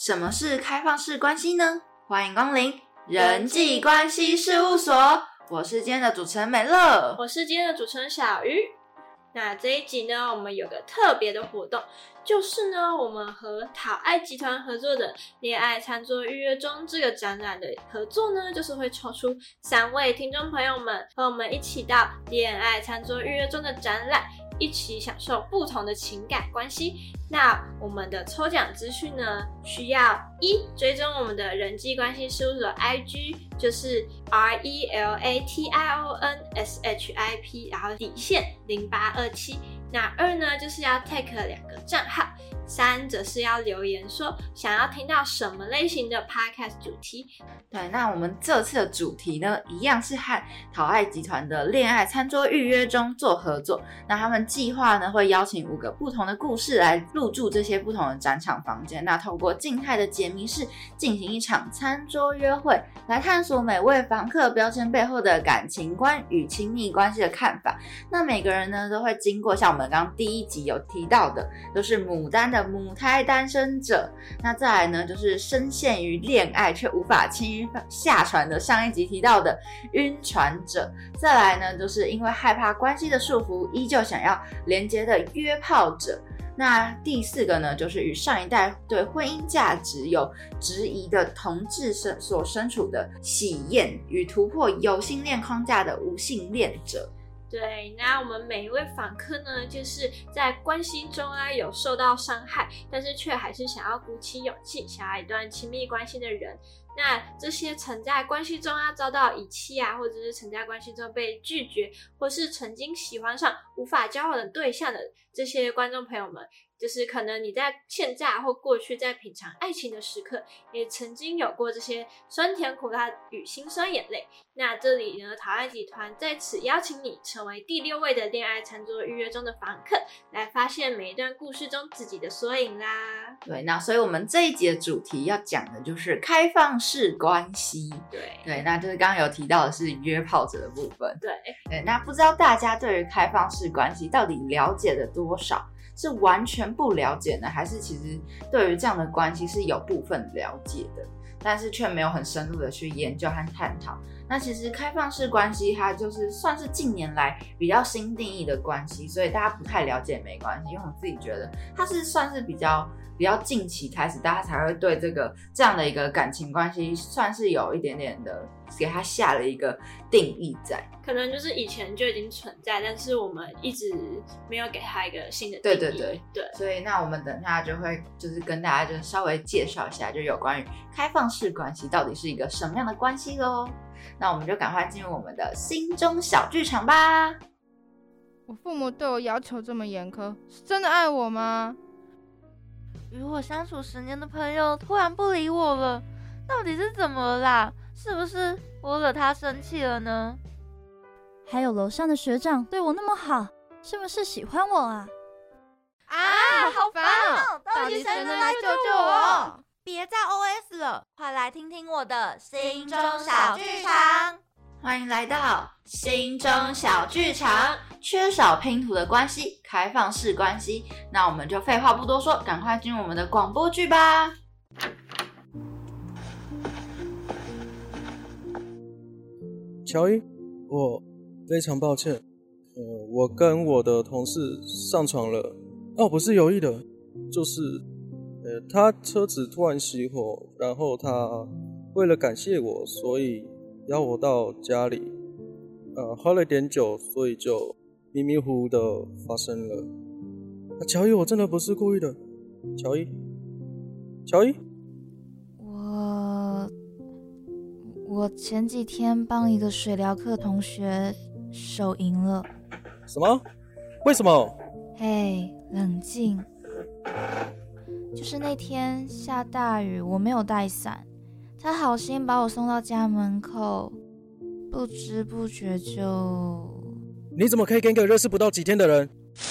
什么是开放式关系呢？欢迎光临人际关系事务所，我是今天的主持人美乐， 我是今天的主持人小鱼。那这一集呢，我们有个特别的活动，就是呢，我们和讨爱集团合作的恋爱餐桌预约中这个展览的合作呢，就是会抽出3位听众朋友们和我们一起到恋爱餐桌预约中的展览，一起享受不同的情感关系。那我们的抽奖资讯呢，需要追踪我们的人际关系事务所 IG， 就是 RELATIONSHIP， 然后底线0827。那2呢，就是要 tag 2个账号，3则是要留言说想要听到什么类型的 podcast 主题。 对，那我们这次的主题呢，一样是和讨爱集团的恋爱餐桌预约中做合作。那他们计划呢，会邀请5个不同的故事来入驻这些不同的展场房间。那透过静态的解谜式进行一场餐桌约会，来探索每位房客标签背后的感情观与亲密关系的看法。那每个人呢，都会经过像我们刚刚第1集有提到的，就是牡丹的母胎单身者。那再来呢，就是深陷于恋爱却无法轻易下船的上1集提到的晕船者。再来呢，就是因为害怕关系的束缚，依旧想要连接的约炮者。那第4个呢，就是与上一代对婚姻价值有质疑的同志所身处的喜厌与突破有性恋框架的无性恋者。 对，那我们每一位访客呢，就是在关系中有受到伤害，但是却还是想要鼓起勇气想要一段亲密关系的人。那这些曾在关系中遭到遗弃或者是曾在关系中被拒绝，或是曾经喜欢上无法交往的对象的这些观众朋友们，就是可能你在现在或过去在品尝爱情的时刻，也曾经有过这些酸甜苦辣与辛酸眼泪。那这里呢，讨爱集团在此邀请你成为第6位的恋爱餐桌预约中的房客，来发现每一段故事中自己的缩影啦。 对，那所以我们这一集的主题要讲的就是开放式关系。对，那就是刚刚有提到的是约炮者的部分。对，那不知道大家对于开放式关系到底了解了多少？是完全不了解呢，还是其实对于这样的关系是有部分了解的，但是却没有很深入的去研究和探讨？那其实开放式关系它就是算是近年来比较新定义的关系，所以大家不太了解没关系，因为我自己觉得它是算是比较近期开始大家才会对这样的一个感情关系算是有一点点的给它下了一个定义在， 可能就是以前就已经存在，但是我们一直没有给它一个新的定义。对， 所以那我们等一下就会就是跟大家就稍微介绍一下，就有关于开放式关系到底是一个什么样的关系咯。那我们就赶快进入我们的心中小剧场吧。 我父母对我要求这么严苛，是真的爱我吗？ 与我相处10年的朋友突然不理我了，到底是怎么了啦？是不是我惹他生气了呢？ 还有楼上的学长对我那么好，是不是喜欢我啊？ 好烦哦！ 到底谁能来救救我？ 别再 OS 了，快来听听我的心中小剧场。 欢迎来到心中小剧场。缺少拼图的关系，开放式关系。那我们就废话不多说，赶快进入我们的广播剧吧。 乔伊，我非常抱歉，我跟我的同事上床了。不是有意的，就是他车子突然熄火，然后他为了感谢我，所以邀我到家里，喝了点酒，所以就迷迷糊糊的发生了。乔伊，我真的不是故意的。乔伊， 我前几天帮一个水疗课同学手淫了。 什么？为什么？ 嘿，冷静。就是那天下大雨，我没有带伞，他好心把我送到家门口，不知不觉就…… 你怎么可以跟一个认识不到几天的人？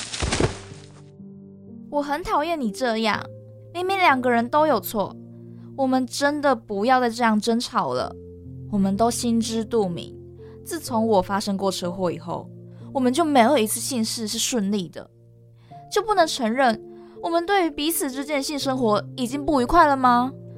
我很讨厌你这样，明明2个人都有错，我们真的不要再这样争吵了。我们都心知肚明，自从我发生过车祸以后，我们就没有一次性事是顺利的，就不能承认我们对于彼此之间的性生活已经不愉快了吗？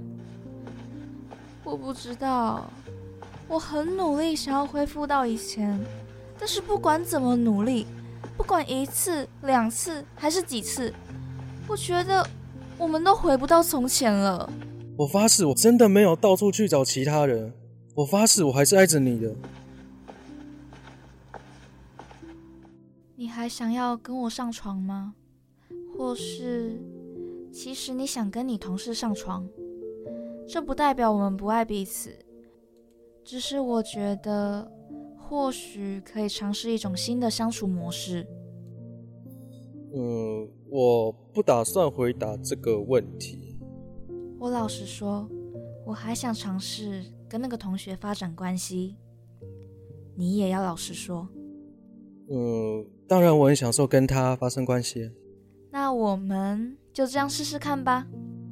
我不知道，我很努力想要恢复到以前，但是不管怎么努力，不管1次、2次还是几次，我觉得我们都回不到从前了。 我发誓，我真的没有到处去找其他人。我发誓，我还是爱着你的。 你还想要跟我上床吗？或是，其实你想跟你同事上床？这不代表我们不爱彼此，只是我觉得或许可以尝试一种新的相处模式。 我不打算回答这个问题。 我老实说，我还想尝试跟那个同学发展关系。你也要老实说。 当然我很享受跟他发生关系。 那我们就这样试试看吧。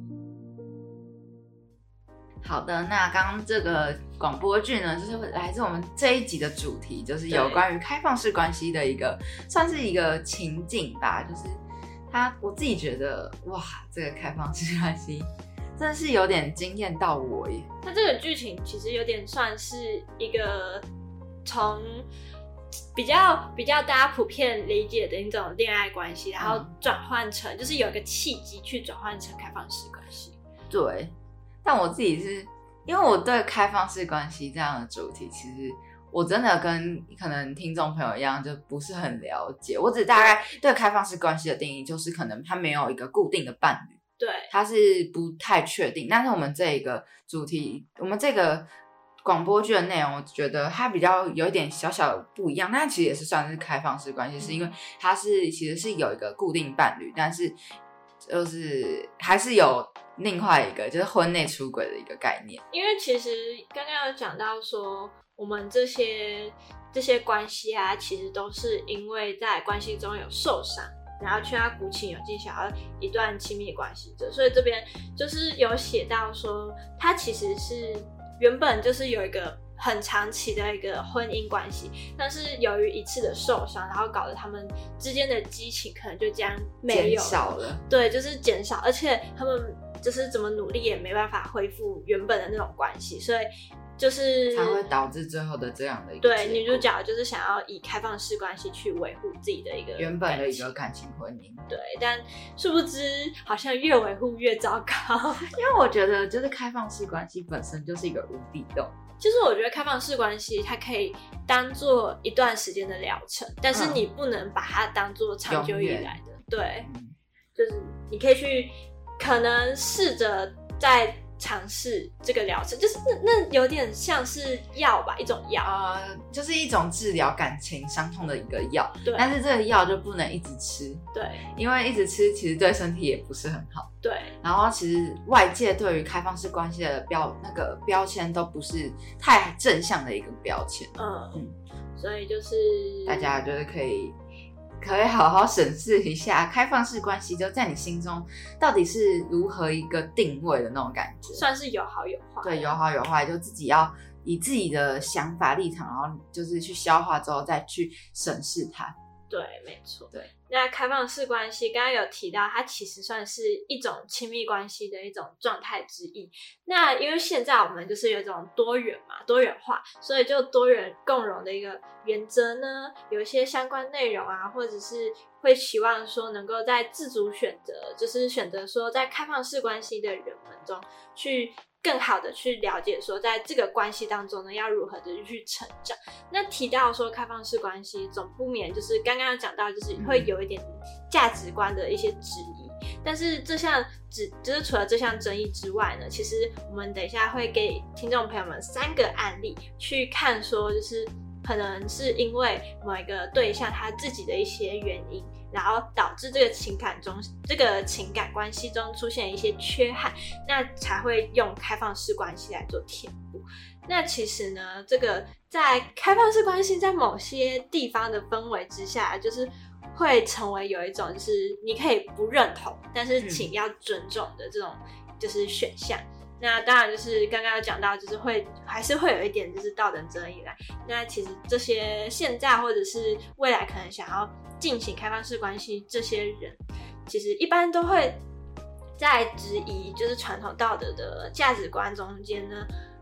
好的，那刚刚这个广播剧呢，就是来自我们这一集的主题，就是有关于开放式关系的一个，算是一个情境吧。就是我自己觉得，哇，这个开放式关系真的是有点惊艳到我耶。 它这个剧情其实有点算是一个从比较大家普遍理解的一种恋爱关系，然后转换成就是有一个契机去转换成开放式关系。 对，但我自己是因为我对开放式关系这样的主题，其实我真的跟可能听众朋友一样，就不是很了解。我只大概对开放式关系的定义，就是可能他没有一个固定的伴侣， 对， 他是不太确定。但是我们这个主题，我们这个广播剧的内容，我觉得它比较有一点小小的不一样，但其实也是算是开放式关系，是因为它其实是有一个固定伴侣，但是就是还是有另外一个就是婚内出轨的一个概念。 因为其实刚刚有讲到说，我们这些关系啊，其实都是因为在关系中有受伤，然后却要鼓起勇气想要一段亲密关系者，所以这边就是有写到说，他其实是原本就是有一个很长期的一个婚姻关系，但是由于一次的受伤，然后搞得他们之间的激情可能就这样没有减少了。 对，就是减少，而且他们就是怎么努力也没办法恢复原本的那种关系，所以就是才会导致最后的这样的一个对女主角就是想要以开放式关系去维护自己的一个原本的一个感情婚姻。 对，但殊不知好像越维护越糟糕。 因为我觉得就是开放式关系本身就是一个无底洞。 其实我觉得开放式关系它可以当做一段时间的疗程，但是你不能把它当做长久以来的。对，就是你可以去可能试着再尝试这个疗程，就是那有点像是药吧，一种药， 就是一种治疗感情伤痛的一个药。 对， 但是这个药就不能一直吃。 对， 因为一直吃其实对身体也不是很好。 对， 然后其实外界对于开放式关系的标签都不是太正向的一个标签。 所以就是大家就是可以好好审视一下开放式关系，就在你心中到底是如何一个定位的那种感觉， 算是有好有坏。 对，有好有坏，就自己要以自己的想法立场，然后就是去消化之后再去审视它。 对，没错。 对， 那开放式关系刚刚有提到，它其实算是一种亲密关系的一种状态之一。那因为现在我们就是有一种多元化，所以就多元共融的一个原则呢，有一些相关内容啊，或者是会期望说能够在自主选择，就是选择说在开放式关系的人们中去更好的去了解说在这个关系当中呢要如何的去成长。那提到说开放式关系总不免就是刚刚讲到就是会有一点价值观的一些质疑，但是就是除了这项争议之外呢，其实我们等一下会给听众朋友们3个案例去看说就是可能是因为某一个对象他自己的一些原因，然后导致这个情感关系中出现一些缺憾，那才会用开放式关系来做填补。那其实呢，这个在开放式关系在某些地方的氛围之下，就是会成为有一种就是你可以不认同，但是请要尊重的这种就是选项。那当然就是刚刚有讲到，就是还是会有一点就是道德争议啦。那其实这些现在或者是未来可能想要进行开放式关系这些人，其实一般都会在质疑就是传统道德的价值观中间呢，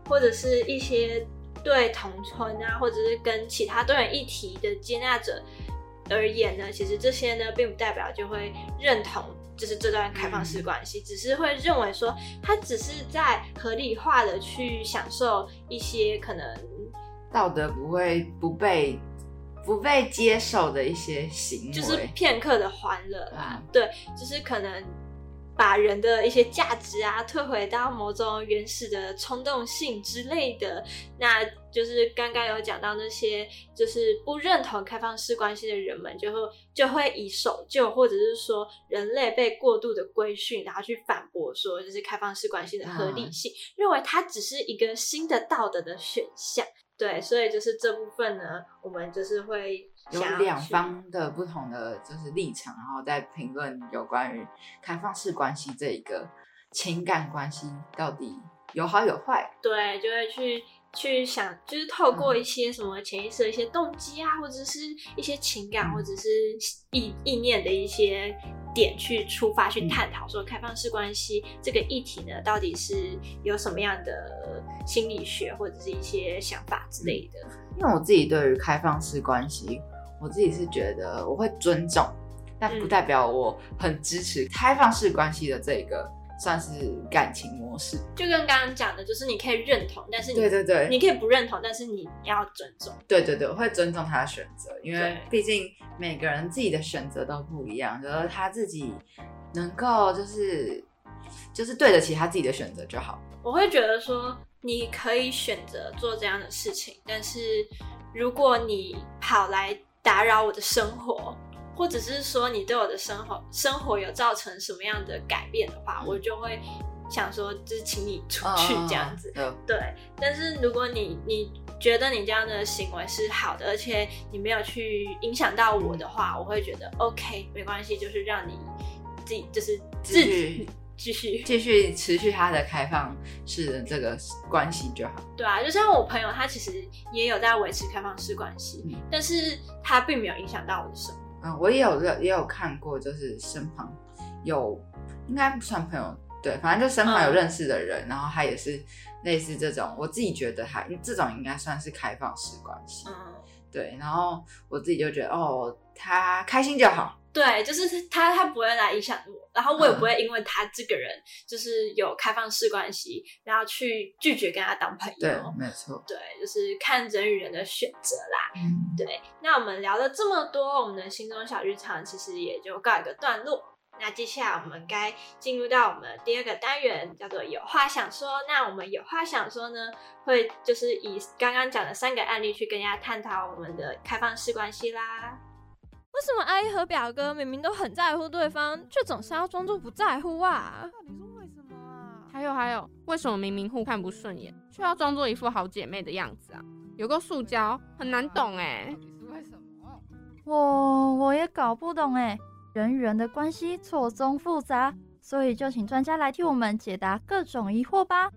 或者是一些对同婚啊，或者是跟其他多元议题的接纳者而言呢，其实这些呢并不代表就会认同就是这段开放式关系，只是会认为说他只是在合理化的去享受一些可能道德不被接受的一些行为， 就是片刻的欢乐啦，对，就是可能把人的一些价值啊退回到某种原始的冲动性之类的。那就是刚刚有讲到那些就是不认同开放式关系的人们就会以守旧或者是说人类被过度的规训，然后去反驳说就是开放式关系的合理性，认为它只是一个新的道德的选项。对，所以就是这部分呢，我们就是会有两方的不同的就是立场，然后再评论有关于开放式关系这一个情感关系到底有好有坏。 对，就会去想，就是透过一些什么潜意识的一些动机啊，或者是一些情感，或者是意念的一些点去出发，去探讨说开放式关系这个议题呢，到底是有什么样的心理学或者是一些想法之类的。 因为我自己对于开放式关系，我自己是觉得我会尊重，但不代表我很支持开放式关系的这个算是感情模式。 就跟刚刚讲的，就是你可以认同，但是对， 你可以不认同，但是你要尊重。 对，我会尊重他的选择，因为毕竟每个人自己的选择都不一样，就是他自己能够就是对得起他自己的选择就好。 我会觉得说，你可以选择做这样的事情，但是如果你跑来打扰我的生活，或者是说你对我的生活有造成什么样的改变的话，我就会想说就是请你出去这样子。对，但是如果你觉得你这样的行为是好的，而且你没有去影响到我的话，我会觉得 OK 没关系，就是让你自己就是继续持续他的开放式的这个关系就好。 对啊，就像我朋友他其实也有在维持开放式关系，但是他并没有影响到我的生活。 我也有看过，就是身旁有应该不算朋友，对，反正就身旁有认识的人，然后他也是类似这种，我自己觉得这种应该算是开放式关系。对，然后我自己就觉得他开心就好。 对，就是他不会来影响我，然后我也不会因为他这个人就是有开放式关系，然后去拒绝跟他当朋友。 对，没错。 对，就是看人与人的选择啦。对，那我们聊了这么多，我们的心中小剧场其实也就告一个段落。那接下来我们该进入到我们第二个单元，叫做有话想说。那我们有话想说呢，会就是以刚刚讲的3个案例去跟大家探讨我们的开放式关系啦。 为什么阿姨和表哥明明都很在乎对方，却总是要装作不在乎啊？ 到底是为什么啊？ 还有，为什么明明互看不顺眼，却要装作一副好姐妹的样子啊？有够塑胶，很难懂哎。 到底是为什么？ 我也搞不懂哎，人与人的关系错综复杂，所以就请专家来替我们解答各种疑惑吧。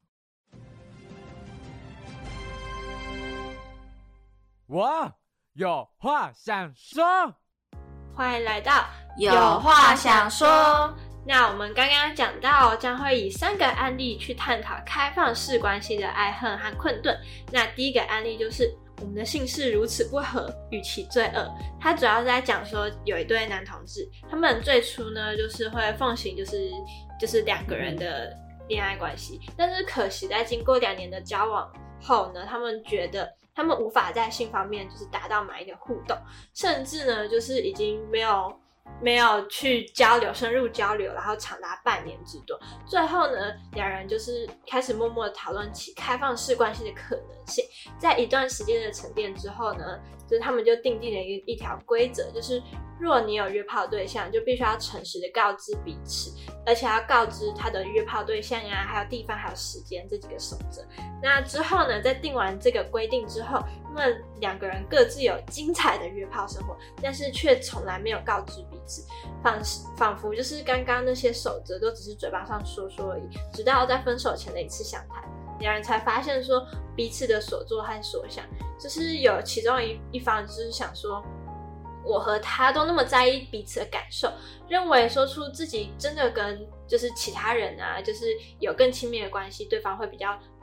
我有话想说， 欢迎来到有话想说。 那我们刚刚讲到，将会以3个案例去探讨开放式关系的爱恨和困顿。那第一个案例就是我们的姓氏如此不合，与其罪恶。他主要是在讲说，有一对男同志，他们最初呢就是会奉行就是2个人的恋爱关系，但是可惜在经过2年的交往后呢，他们觉得他们无法在性方面就是达到满意的互动，甚至呢就是已经没有去深入交流，然后长达半年之多。最后呢，2人就是开始默默的讨论起开放式关系的可能性。在一段时间的沉淀之后呢，就是他们就订定了一条规则，就是若你有约炮对象，就必须要诚实的告知彼此，而且要告知他的约炮对象啊，还有地方，还有时间这几个守则。那之后呢，在定完这个规定之后，他们2个人各自有精彩的约炮生活，但是却从来没有告知彼此，仿佛就是刚刚那些守则都只是嘴巴上说说而已。直到在分手前的一次详谈，2人才发现说彼此的所作和所想，就是有其中一方就是想说，我和他都那么在意彼此的感受，认为说出自己真的跟就是其他人啊，就是有更亲密的关系，对方会比较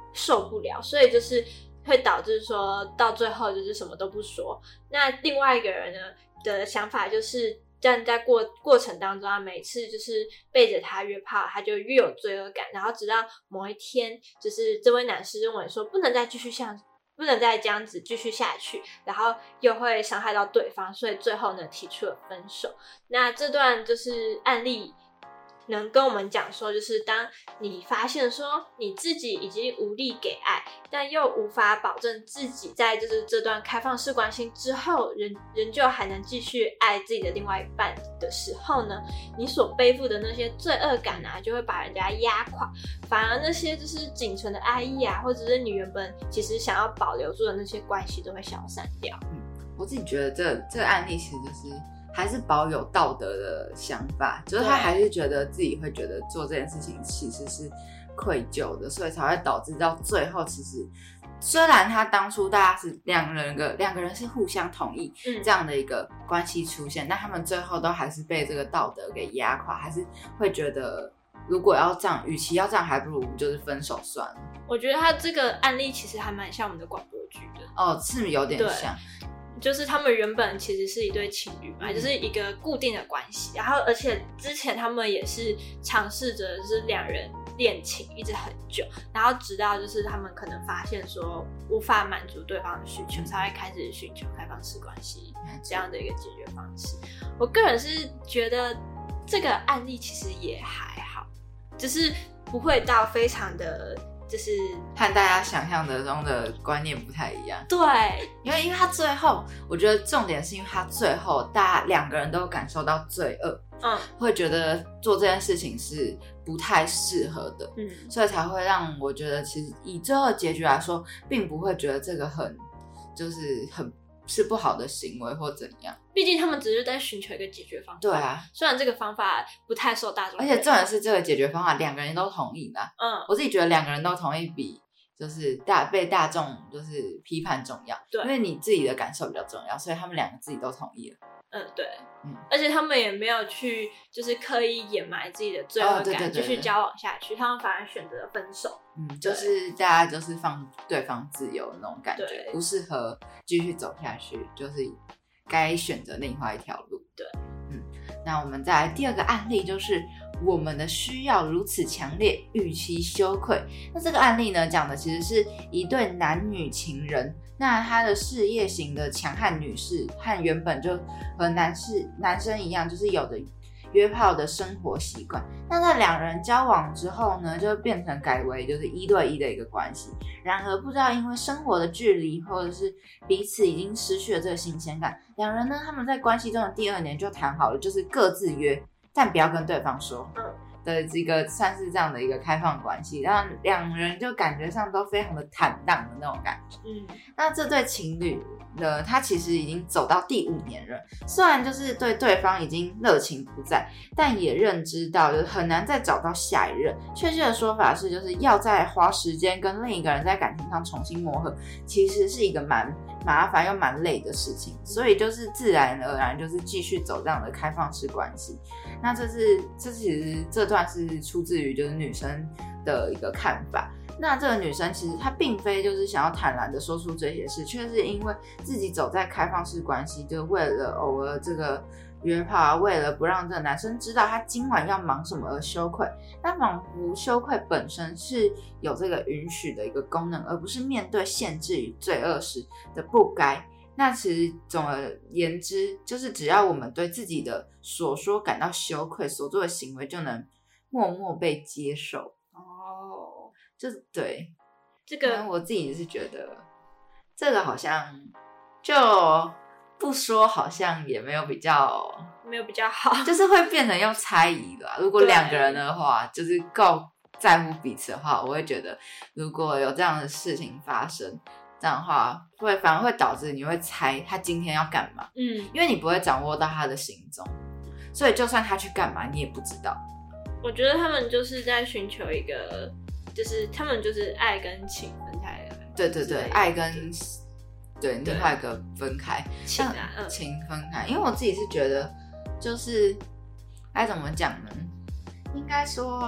受不了，所以就是会导致说到最后就是什么都不说。那另外一个人呢的想法就是但在过程当中啊，每次就是背着他约炮，他就越有罪恶感，然后直到某一天，就是这位男士认为说不能再这样子继续下去，然后又会伤害到对方，所以最后呢提出了分手。那这段就是案例能跟我们讲说，就是当你发现说你自己已经无力给爱，但又无法保证自己在就是这段开放式关系之后仍旧还能继续爱自己的另外一半的时候呢，你所背负的那些罪恶感啊，就会把人家压垮，反而那些就是仅存的爱意啊，或者是你原本其实想要保留住的那些关系都会消散掉。 我自己觉得这个案例其实就是还是保有道德的想法，就是他还是觉得自己会觉得做这件事情其实是愧疚的，所以才会导致到最后，其实虽然他当初大家是两个人是互相同意这样的一个关系出现，但他们最后都还是被这个道德给压垮，还是会觉得如果要这样，与其要这样，还不如就是分手算了。 我觉得他这个案例其实还蛮像我们的广播剧的哦，是有点像。 就是他们原本其实是一对情侣嘛，就是一个固定的关系，然后而且之前他们也是尝试着就是两人恋情一直很久，然后直到就是他们可能发现说无法满足对方的需求，才会开始寻求开放式关系这样的一个解决方式。我个人是觉得这个案例其实也还好，就是不会到非常的就是和大家想象中的观念不太一样。 对， 因为他最后，我觉得重点是因为他最后大家两个人都感受到罪恶，会觉得做这件事情是不太适合的，所以才会让我觉得其实以最后的结局来说，并不会觉得这个很是不好的行为或怎样。 毕竟他们只是在寻求一个解决方法。 对啊， 虽然这个方法不太受大众， 而且重点是这个解决方法两个人都同意的。我自己觉得两个人都同意比就是被大众就是批判重要。对，因为你自己的感受比较重要，所以他们两个自己都同意了。 对，而且他们也没有去就是刻意掩埋自己的罪恶感，继续交往下去，他们反而选择了分手。 就是大家就是放对方自由的那种感觉，不适合继续走下去，就是该选择另外一条路。对，那我们再来第二个案例，就是我们的需要如此强烈，预期羞愧。那这个案例呢，讲的其实是一对男女情人。那她的事业型的强悍女士和原本就和男生一样，就是有着约炮的生活习惯。那在两人交往之后呢，就变成改为就是1对1的一个关系。然而不知道因为生活的距离，或者是彼此已经失去了这个新鲜感，两人呢他们在关系中的第2年就谈好了，就是各自约，但不要跟对方说。的这个算是这样的一个开放关系，让两人就感觉上都非常的坦荡的那种感觉。那这对情侣呢，他其实已经走到第5年了，虽然就是对对方已经热情不在，但也认知到就是很难再找到下一任。确切的说法是，就是要再花时间跟另一个人在感情上重新磨合，其实是一个蛮麻烦又蛮累的事情，所以就是自然而然就是继续走这样的开放式关系。那这其实这段是出自于就是女生的一个看法。那这个女生其实她并非就是想要坦然的说出这些事，却是因为自己走在开放式关系，就为了偶尔这个约炮啊，为了不让这个男生知道他今晚要忙什么而羞愧。那仿佛羞愧本身是有这个允许的一个功能，而不是面对限制与罪恶时的不该。那其实总而言之，就是只要我们对自己的所说感到羞愧，所做的行为就能默默被接受。就是对这个，我自己是觉得这个好像就不说，好像也没有比较好， 就是会变成用猜疑了。如果两个人的话，就是够在乎彼此的话，我会觉得如果有这样的事情发生，这样的话反而会导致你会猜他今天要干嘛，因为你不会掌握到他的行踪，所以就算他去干嘛，你也不知道。 我觉得他们就是在寻求一个，就是他们就是爱跟情分开了。 对，爱跟对另外一个分开，情分开。因为我自己是觉得，就是该怎么讲呢？应该说，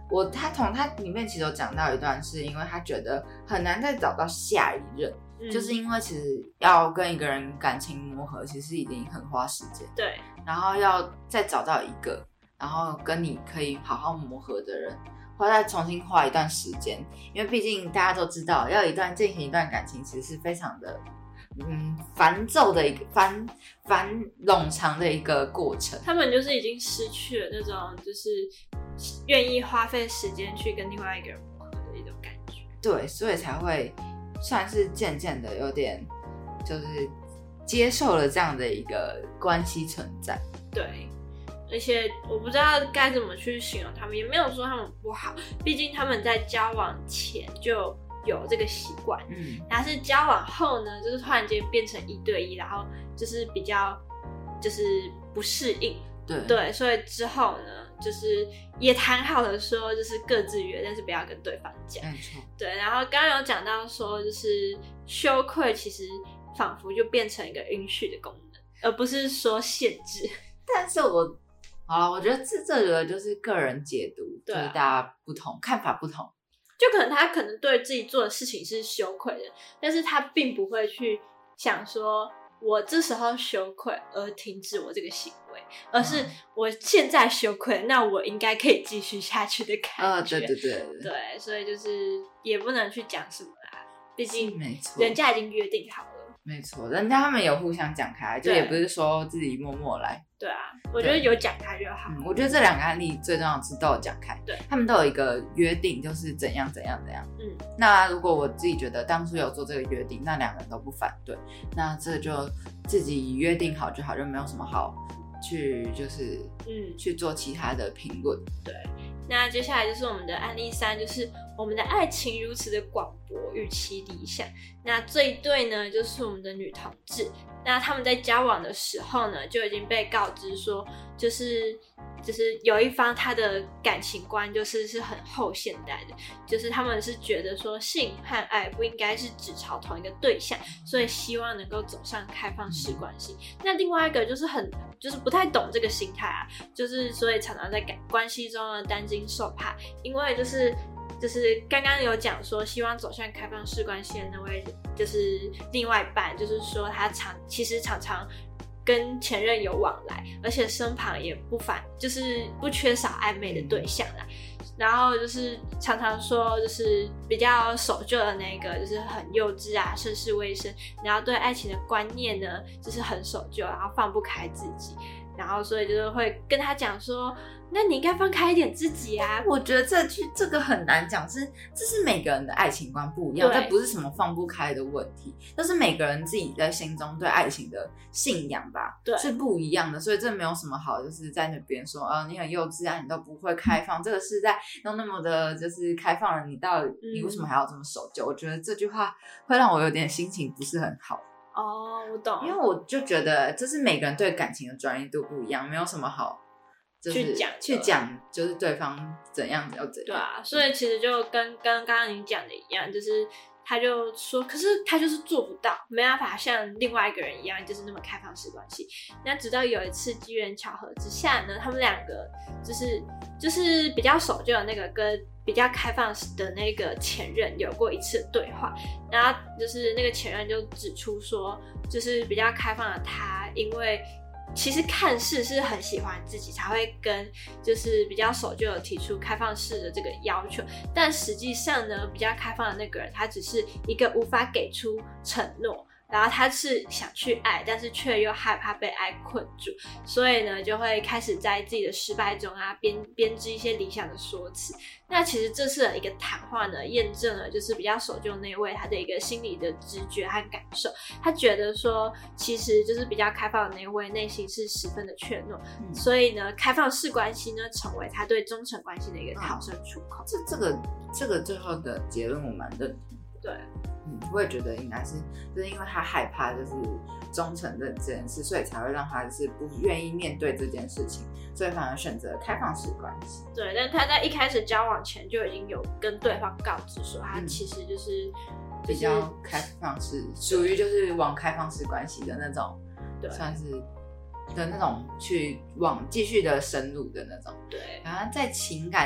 他里面其实有讲到一段，是因为他觉得很难再找到下一任，就是因为其实要跟一个人感情磨合，其实已经很花时间， 对， 然后要再找到一个，然后跟你可以好好磨合的人，再重新花一段时间，因为毕竟大家都知道，要进行一段感情，其实是非常的繁奏的一个繁冗长的一个过程。 他们就是已经失去了那种就是愿意花费时间去跟另外一个人磨合的一种感觉。 对，所以才会算是渐渐的有点就是接受了这样的一个关系存在。 对，而且我不知道该怎么去形容他们，也没有说他们不好，毕竟他们在交往前就有这个习惯，但是交往后呢，就是突然间变成1对1，然后就是比较就是不适应，对，所以之后呢，就是也谈好了说，就是各自约，但是不要跟对方讲， 没错，对。 然后刚刚有讲到说，就是羞愧其实仿佛就变成一个允许的功能，而不是说限制。 但是我觉得这个就是个人解读，就是大家不同看法不同。 就可能他可能对自己做的事情是羞愧的，但是他并不会去想说我这时候羞愧而停止我这个行为，而是我现在羞愧，那我应该可以继续下去的感觉。对，所以就是也不能去讲什么啦，毕竟人家已经约定好了。 没错，人家他们有互相讲开，就也不是说自己默默来。 对啊，我觉得有讲开就好。 我觉得这2个案例最重要的是都有讲开， 对， 他们都有一个约定，就是怎样。那如果我自己觉得当初有做这个约定，那2个人都不反对，那这就自己约定好就好，就没有什么好去就是去做其他的评论。 对，那接下来就是我们的案例3，就是我们的爱情如此的广博，与其理想。那这一对呢，就是我们的女同志。那他们在交往的时候呢，就已经被告知说，就是有一方他的感情观是很后现代的，就是他们是觉得说性和爱不应该是只朝同一个对象，所以希望能够走上开放式关系。那另外一个就是不太懂这个心态啊，就是所以常常在关系中呢担惊受怕，因为就是刚刚有讲说希望走向开放式关系的那位就是另外一半，就是说他其实常常跟前任有往来，而且身旁也就是不缺少暧昧的对象啦。然后就是常常说就是比较守旧的那个就是很幼稚啊，涉世未深，然后对爱情的观念呢就是很守旧，然后放不开自己，然后所以就是会跟他讲说，那你应该放开一点自己啊。 我觉得这个很难讲，这是每个人的爱情观不一样，这不是什么放不开的问题，这是每个人自己在心中对爱情的信仰吧，是不一样的，所以这没有什么好就是在那边说你很幼稚啊，你都不会开放，这个时代都那么的就是开放了，你为什么还要这么守旧？我觉得这句话会让我有点心情不是很好。 我懂， 因为我就觉得这是每个人对感情的专业度不一样，没有什么好就是去讲就是对方怎样要怎样。 对啊，所以其实就跟刚刚你讲的一样，就是他就说，可是他就是做不到，没办法像另外一个人一样就是那么开放式关系。那直到有一次机缘巧合之下呢，他们2个就是比较守旧的那个跟比较开放的那个前任有过一次的对话，然后就是那个前任就指出说，就是比较开放的他，因为其实看似是很喜欢自己，才会跟就是比较守旧的提出开放式的这个要求，但实际上呢，比较开放的那个人，他只是一个无法给出承诺，然后他是想去爱，但是却又害怕被爱困住，所以呢，就会开始在自己的失败中啊编织一些理想的说辞。那其实这次的一个谈话呢，验证了就是比较守旧那位他的一个心理的直觉和感受。他觉得说，其实就是比较开放的那位内心是十分的怯懦，所以呢，开放式关系呢，成为他对忠诚关系的一个逃生出口。 这个最后的结论我蛮认同。 对。 我也觉得应该是，就是因为他害怕就是忠诚这件事，所以才会让他就是不愿意面对这件事情，所以反而选择开放式关系。 对，但他在一开始交往前就已经有跟对方告知说，他其实就是比较开放式，属于就是往开放式关系的那种， 对， 算是的那种去往继续的深入的那种。 对， 然后在情感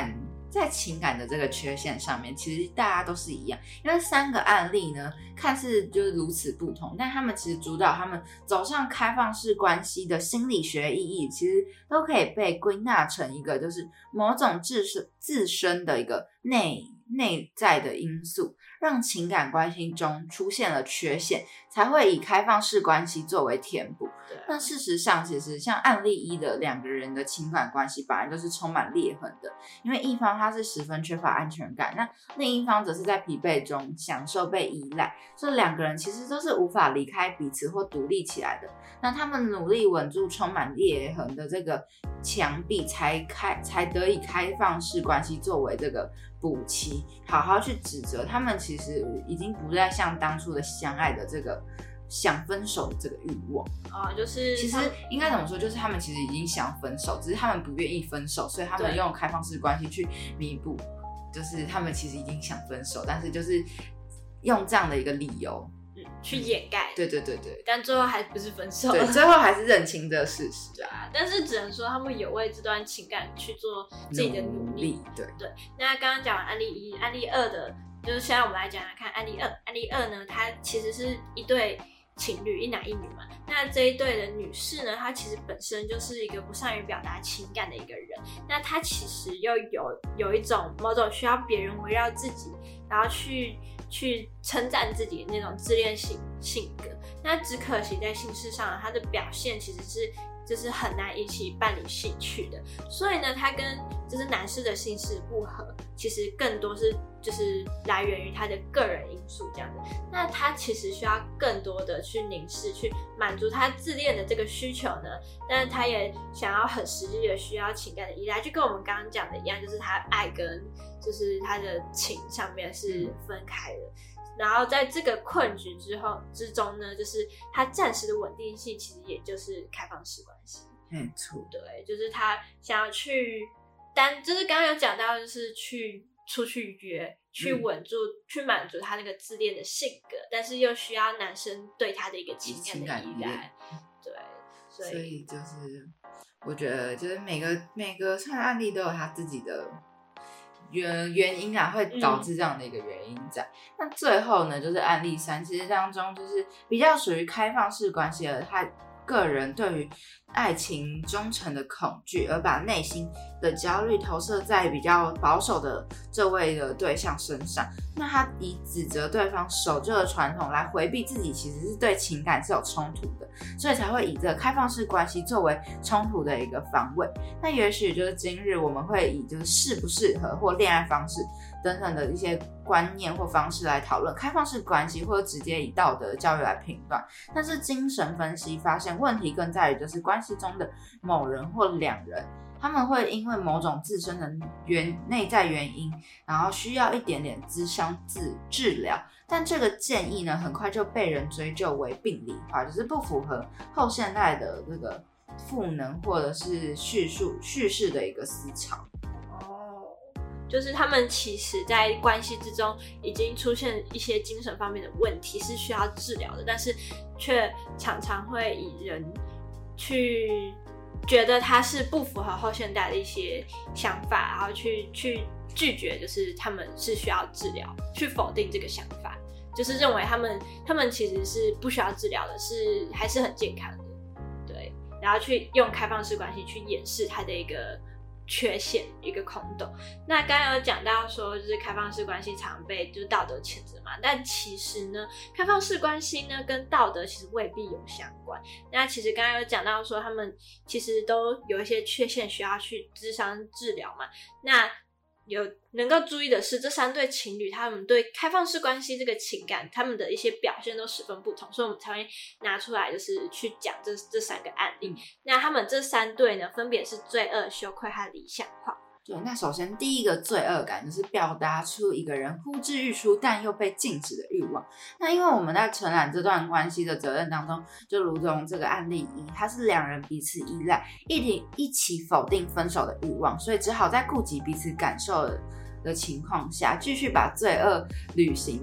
在情感的这个缺陷上面，其实大家都是一样，因为3个案例呢，看似就是如此不同，但他们其实主导他们走上开放式关系的心理学意义，其实都可以被归纳成一个就是某种自身的一个内在的因素，让情感关系中出现了缺陷，才会以开放式关系作为填补。那事实上，其实像案例1的2个人的情感关系本来就是充满裂痕的，因为一方他是十分缺乏安全感，那另一方则是在疲惫中享受被依赖，这2个人其实都是无法离开彼此或独立起来的。那他们努力稳住充满裂痕的这个墙壁，才得以开放式关系作为这个补齐，好好去指责他们其实已经不再像当初的相爱的这个想分手的这个欲望就是其实应该怎么说，就是他们其实已经想分手，只是他们不愿意分手，所以他们用开放式关系去弥补，就是他们其实已经想分手，但是就是用这样的一个理由去掩盖， 对， 但最后还不是分手， 对，最后还是认清这个事实啊。但是只能说他们有为这段情感去做自己的努力，对。那刚刚讲完案例1，案例2的，就是现在我们来讲讲看案例2。案例2呢，它其实是一对情侣，一男一女嘛。那这一对的女士呢，她其实本身就是一个不善于表达情感的一个人，那她其实又有一种某种需要别人围绕自己，然后去称赞自己的那种自恋性格。那只可惜在性事上，她的表现其实是就是很难引起伴侣兴趣的，所以呢，她跟就是男士的性事不合，其实更多是就是来源于他的个人因素这样子。那他其实需要更多的去凝视，去满足他自恋的这个需求呢，但是他也想要很实际的需要情感的依赖，就跟我们刚刚讲的一样，就是他爱跟就是他的情上面是分开的。然后在这个困局之中呢，就是他暂时的稳定性，其实也就是开放式关系。 没错， 对，就是他想要去就是刚刚有讲到，就是出去约，去稳住，去满足他那个自恋的性格，但是又需要男生对他的一个情感的依赖。对， 所以就是我觉得，就是每个算案例都有他自己的原因啊，会导致这样的一个原因在。那最后呢，就是案例3，其实当中就是比较属于开放式关系的，他个人对于爱情忠诚的恐惧，而把内心的焦虑投射在比较保守的这位的对象身上。那他以指责对方守旧的传统来回避自己其实是对情感是有冲突的，所以才会以这个开放式关系作为冲突的一个防卫。那也许就是今日我们会以就是适不适合或恋爱方式等等的一些观念或方式来讨论开放式关系，或者直接以道德教育来评断。但是精神分析发现，问题更在于就是关系中的某人或2人，他们会因为某种自身的内在原因，然后需要一点点咨商治疗，但这个建议呢，很快就被人追究为病理化，就是不符合后现代的这个赋能或者是叙事的一个思潮。 就是他们其实在关系之中已经出现一些精神方面的问题，是需要治疗的，但是却常常会以人去觉得他是不符合后现代的一些想法，然后去拒绝，就是他们是需要治疗，去否定这个想法，就是认为他们其实是不需要治疗的，还是很健康的，对，然后去用开放式关系去掩饰他的一个缺陷，一个空洞。那刚刚有讲到说，就是开放式关系常被就是道德谴责嘛，但其实呢，开放式关系呢跟道德其实未必有相关。那其实刚刚有讲到说，他们其实都有一些缺陷需要去諮商治疗嘛。那有能够注意的是，这3对情侣他们对开放式关系这个情感，他们的一些表现都十分不同，所以我们才会拿出来就是去讲这3个案例。那他们这3对呢，分别是罪恶、羞愧和理想化。 对，那首先第一个罪恶感就是表达出一个人呼之欲出但又被禁止的欲望。那因为我们在承揽这段关系的责任当中，就如同这个案例1，它是2人彼此依赖，一起否定分手的欲望，所以只好在顾及彼此感受的情况下，继续把罪恶履行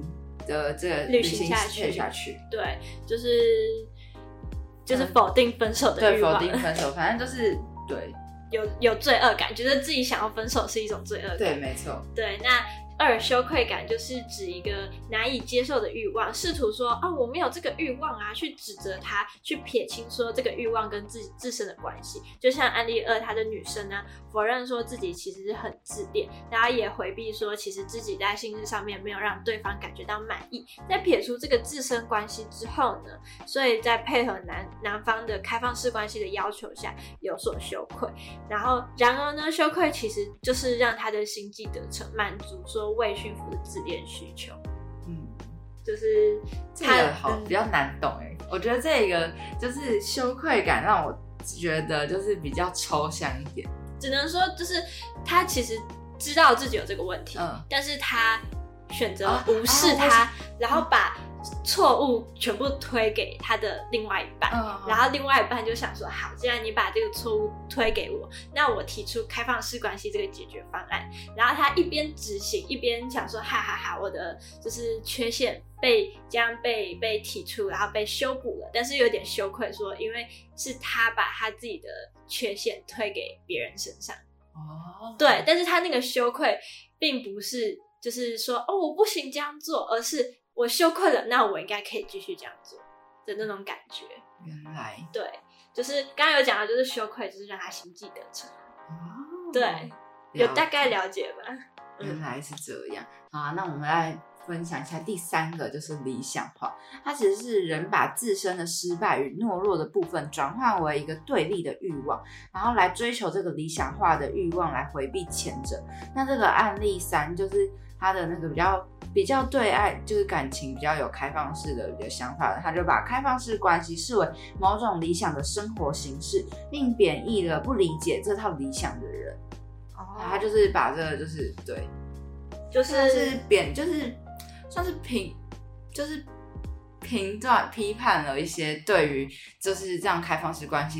下去。 对，就是否定分手的欲望。 对，否定分手，反正就是对。 有罪恶感，觉得自己想要分手是一种罪恶感。 对，没错。 对，那2羞愧感就是指一个难以接受的欲望，试图说我没有这个欲望啊，去指责他，去撇清说这个欲望跟自身的关系。就像案例2，她的女生呢，否认说自己其实是很自恋，然后也回避说其实自己在性事上面没有让对方感觉到满意。在撇除这个自身关系之后呢，所以在配合男方的开放式关系的要求下有所羞愧。然而呢，羞愧其实就是让他的心计得逞，满足说未驯服的自恋需求。就是这个比较难懂我觉得这个就是羞愧感让我觉得就是比较抽象一点， 只能说就是他其实知道自己有这个问题，但是他选择无视他，然后把错误全部推给他的另外一半，然后另外一半就想说，好，既然你把这个错误推给我，那我提出开放式关系这个解决方案。然后他一边执行一边想说，哈哈哈，我的就是缺陷这样被提出，然后被修补了，但是有点羞愧说，因为是他把他自己的缺陷推给别人身上。对，但是他那个羞愧并不是就是说我不行这样做，而是我羞愧了，那我应该可以继续这样做的那种感觉。 原来对，就是刚刚有讲到，就是羞愧就是让他心计得逞。对，有大概了解吧？ 原来是这样啊。那我们来分享一下第3个，就是理想化。它其实是人把自身的失败与懦弱的部分转换为一个对立的欲望，然后来追求这个理想化的欲望，来回避前者。那这个案例3就是他的那个比较对爱，就是感情比较有开放式的一个想法的，他就把开放式关系视为某种理想的生活形式，并贬义了不理解这套理想的人。他就是把这个就是对，就是算是评断批判了一些对于就是这样开放式关系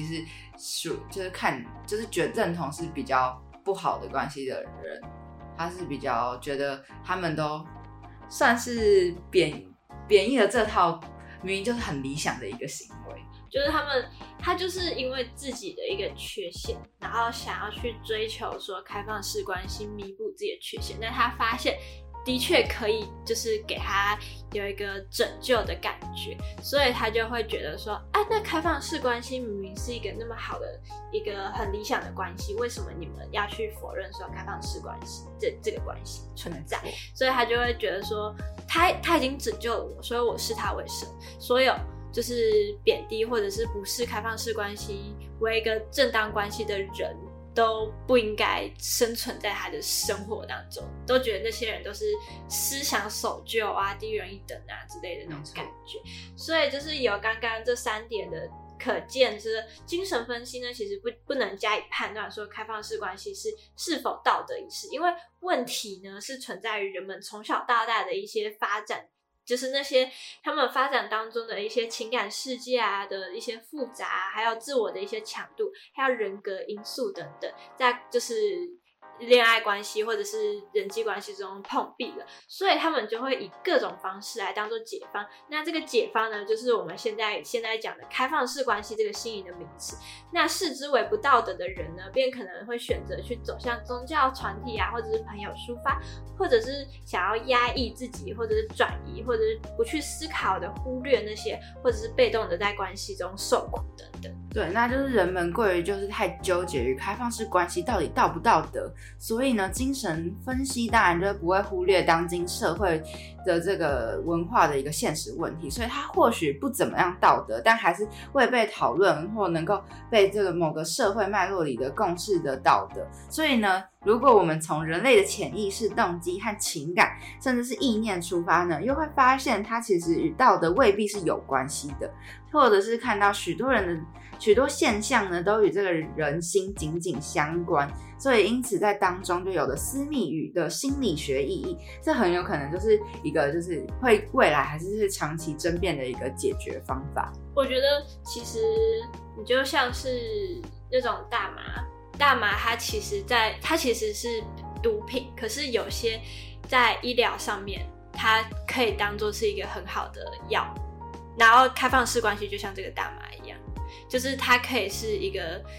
就是觉得认同是比较不好的关系的人，他是比较觉得他们都算是贬义了这套明明就是很理想的一个行为。 就是他就是因为自己的一个缺陷，然后想要去追求说开放式关系弥补自己的缺陷，但他发现的确可以就是给他有一个拯救的感觉，所以他就会觉得说那开放式关系明明是一个那么好的一个很理想的关系，为什么你们要去否认说开放式关系这个关系存在？所以他就会觉得说他已经拯救了我，所以我视他为神，所有就是贬低或者是不视开放式关系为一个正当关系的人都不应该生存在他的生活当中，都觉得那些人都是思想守旧啊、低人一等啊之类的那种感觉。所以就是有刚刚这3点的可见，就是精神分析呢，其实不能加以判断说开放式关系是否道德仪式，因为问题呢是存在于人们从小到大的一些发展，就是那些他们发展当中的一些情感世界啊的一些复杂，还有自我的一些强度，还有人格因素等等，在就是恋爱关系或者是人际关系中碰壁了，所以他们就会以各种方式来当做解方。那这个解方呢，就是我们现在讲的开放式关系这个新颖的名词。那视之为不道德的人呢，便可能会选择去走向宗教团体啊，或者是朋友抒发，或者是想要压抑自己，或者是转移，或者是不去思考的忽略那些，或者是被动的在关系中受苦等等。 对，那就是人们过于就是太纠结于开放式关系到底道不道德，所以呢，精神分析当然就不会忽略当今社会的这个文化的一个现实问题，所以它或许不怎么样道德，但还是未被讨论或能够被这个某个社会脉络里的共识的道德。所以呢，如果我们从人类的潜意识、动机和情感，甚至是意念出发呢，又会发现它其实与道德未必是有关系的，或者是看到许多现象呢，都与这个人心紧紧相关，所以因此在当中就有了私密语的心理学意义，这很有可能就是一个就是会未来还是长期争辩的一个解决方法。 我觉得其实你就像是那种大麻它其实是毒品，可是有些在医疗上面它可以当作是一个很好的药，然后开放式关系就像这个大麻一样，就是它可以是一个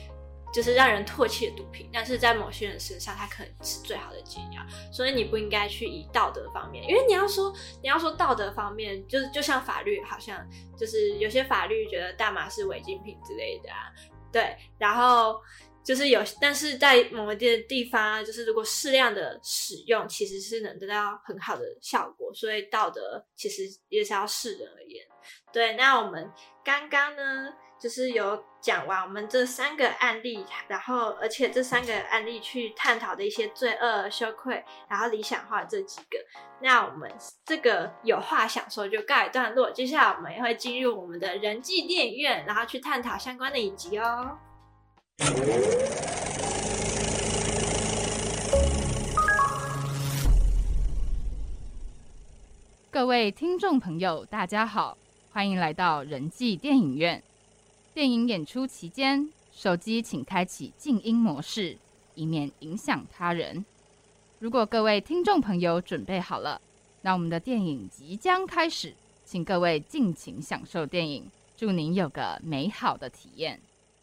就是让人唾弃的毒品，但是在某些人身上，它可能是最好的解药，所以你不应该去以道德方面，因为你要说道德方面，就像法律，好像就是有些法律觉得大麻是违禁品之类的啊，对，然后就是但是在某些地方，就是如果适量的使用，其实是能得到很好的效果，所以道德其实也是要适人而言。对，那我们刚刚呢，就是有讲完我们这3个案例，然后而且这3个案例去探讨的一些罪恶、羞愧，然后理想化这几个。那我们这个有话想说就告一段落，接下来我们也会进入我们的人际电影院，然后去探讨相关的影集哦。 各位听众朋友，大家好，欢迎来到人际电影院。电影演出期间，手机请开启静音模式，以免影响他人。如果各位听众朋友准备好了，那我们的电影即将开始，请各位尽情享受电影，祝您有个美好的体验。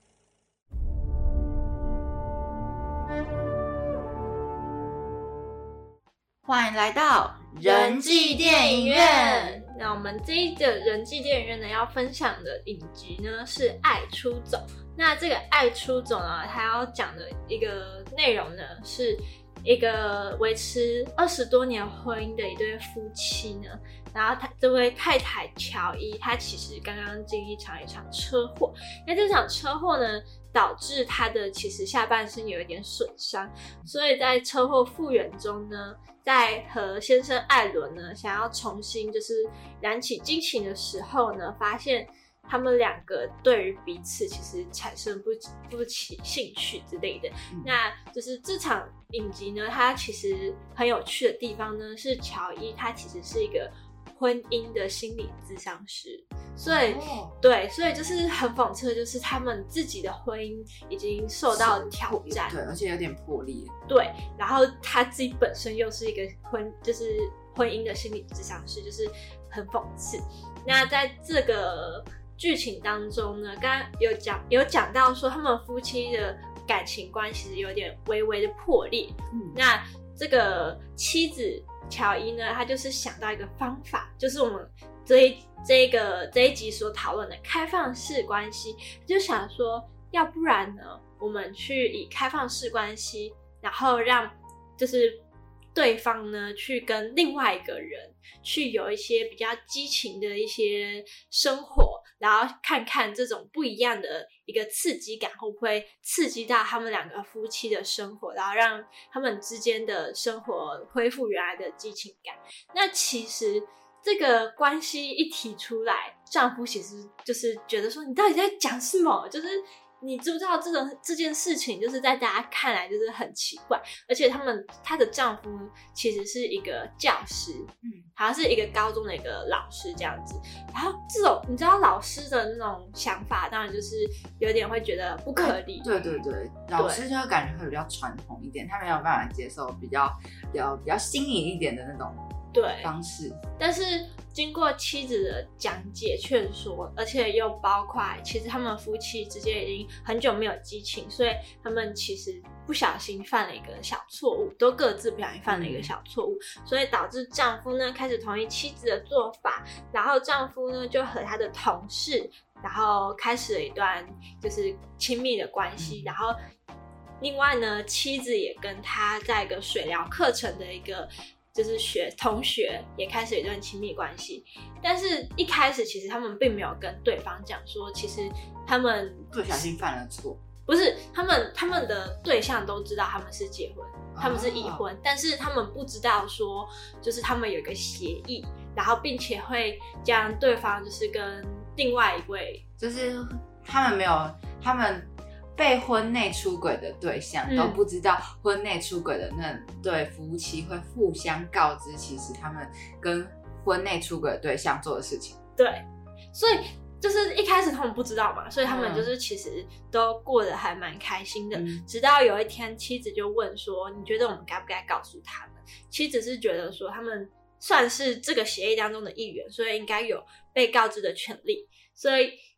欢迎来到人际电影院。 那我们这一个人际电影院呢，要分享的影集呢是《爱出走》。那这个《爱出走》呢，它要讲的一个内容呢，是一个维持20多年婚姻的一对夫妻呢。然后这位太太乔伊，她其实刚刚经历一场车祸。那这场车祸呢，导致她的其实下半身有一点损伤，所以在车祸复原中呢，在和先生艾伦呢想要重新就是燃起激情的时候呢，发现他们2个对于彼此其实产生不起兴趣之类的。那就是这场影集呢，它其实很有趣的地方呢，是乔伊他其实是一个婚姻的心理咨商师，所以对，所以就是很讽刺的，就是他们自己的婚姻已经受到挑战， 对，而且有点破裂， 对，然后他自己本身又是一个就是婚姻的心理咨商师，就是很讽刺。那在这个剧情当中呢，刚刚有讲到说他们夫妻的感情观其实有点微微的破裂。那这个妻子乔伊呢，他就是想到一个方法，就是我们这一集所讨论的开放式关系，就想说，要不然呢，我们去以开放式关系，然后让就是对方呢去跟另外一个人去有一些比较激情的一些生活，然后看看这种不一样的一个刺激感会不会刺激到他们2个夫妻的生活，然后让他们之间的生活恢复原来的激情感。那其实这个关系一提出来，丈夫其实就是觉得说，你到底在讲什么？就是你知不知道这件事情，就是在大家看来就是很奇怪，而且她的丈夫其实是一个教师，好像是一个高中的一个老师这样子。然后这种你知道老师的那种想法，当然就是有点会觉得不可理喻。 对，老师就会感觉会比较传统一点，他没有办法接受比较新颖一点的那种方式。 但是经过妻子的讲解劝说，而且又包括其实他们夫妻之间已经很久没有激情，所以他们其实不小心犯了一个小错误，都各自不小心犯了一个小错误，所以导致丈夫呢开始同意妻子的做法，然后丈夫呢就和他的同事然后开始了一段就是亲密的关系，然后另外呢妻子也跟他在一个水疗课程的一个就是同学也开始有一段亲密关系。但是一开始其实他们并没有跟对方讲说，其实他们不小心犯了错， 不是他们的对象都知道他们是结婚，他们是已婚，但是他们不知道说就是他们有一个协议，然后并且会将对方就是跟另外一位， 就是他们被婚内出轨的对象都不知道婚内出轨的那对夫妻会互相告知，其实他们跟婚内出轨的对象做的事情。 对，所以就是一开始他们不知道嘛，所以他们就是其实都过得还蛮开心的。直到有一天妻子就问说，你觉得我们该不该告诉他们？妻子是觉得说他们算是这个协议当中的一员，所以应该有被告知的权利，所以